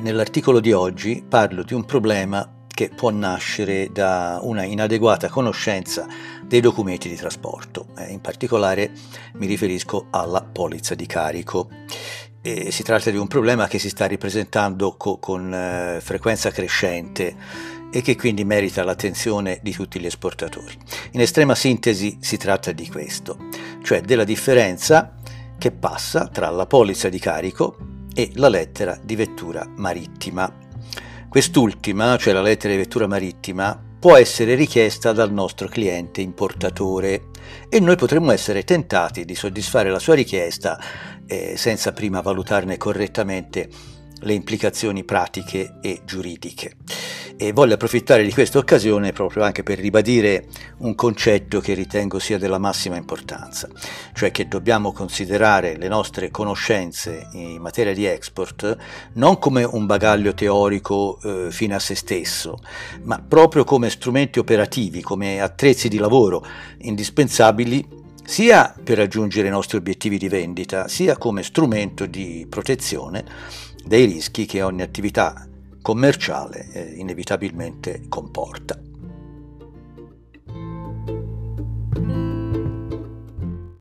Nell'articolo di oggi parlo di un problema che può nascere da una inadeguata conoscenza dei documenti di trasporto. In particolare mi riferisco alla polizza di carico. Si tratta di un problema che si sta ripresentando con frequenza crescente e che quindi merita l'attenzione di tutti gli esportatori. In estrema sintesi si tratta di questo, cioè della differenza che passa tra la polizza di carico e la lettera di vettura marittima. Quest'ultima, cioè la lettera di vettura marittima, può essere richiesta dal nostro cliente importatore e noi potremmo essere tentati di soddisfare la sua richiesta senza prima valutarne correttamente le implicazioni pratiche e giuridiche. E voglio approfittare di questa occasione proprio anche per ribadire un concetto che ritengo sia della massima importanza, cioè che dobbiamo considerare le nostre conoscenze in materia di export non come un bagaglio teorico fine a se stesso, ma proprio come strumenti operativi, come attrezzi di lavoro indispensabili sia per raggiungere i nostri obiettivi di vendita, sia come strumento di protezione dei rischi che ogni attività commerciale inevitabilmente comporta.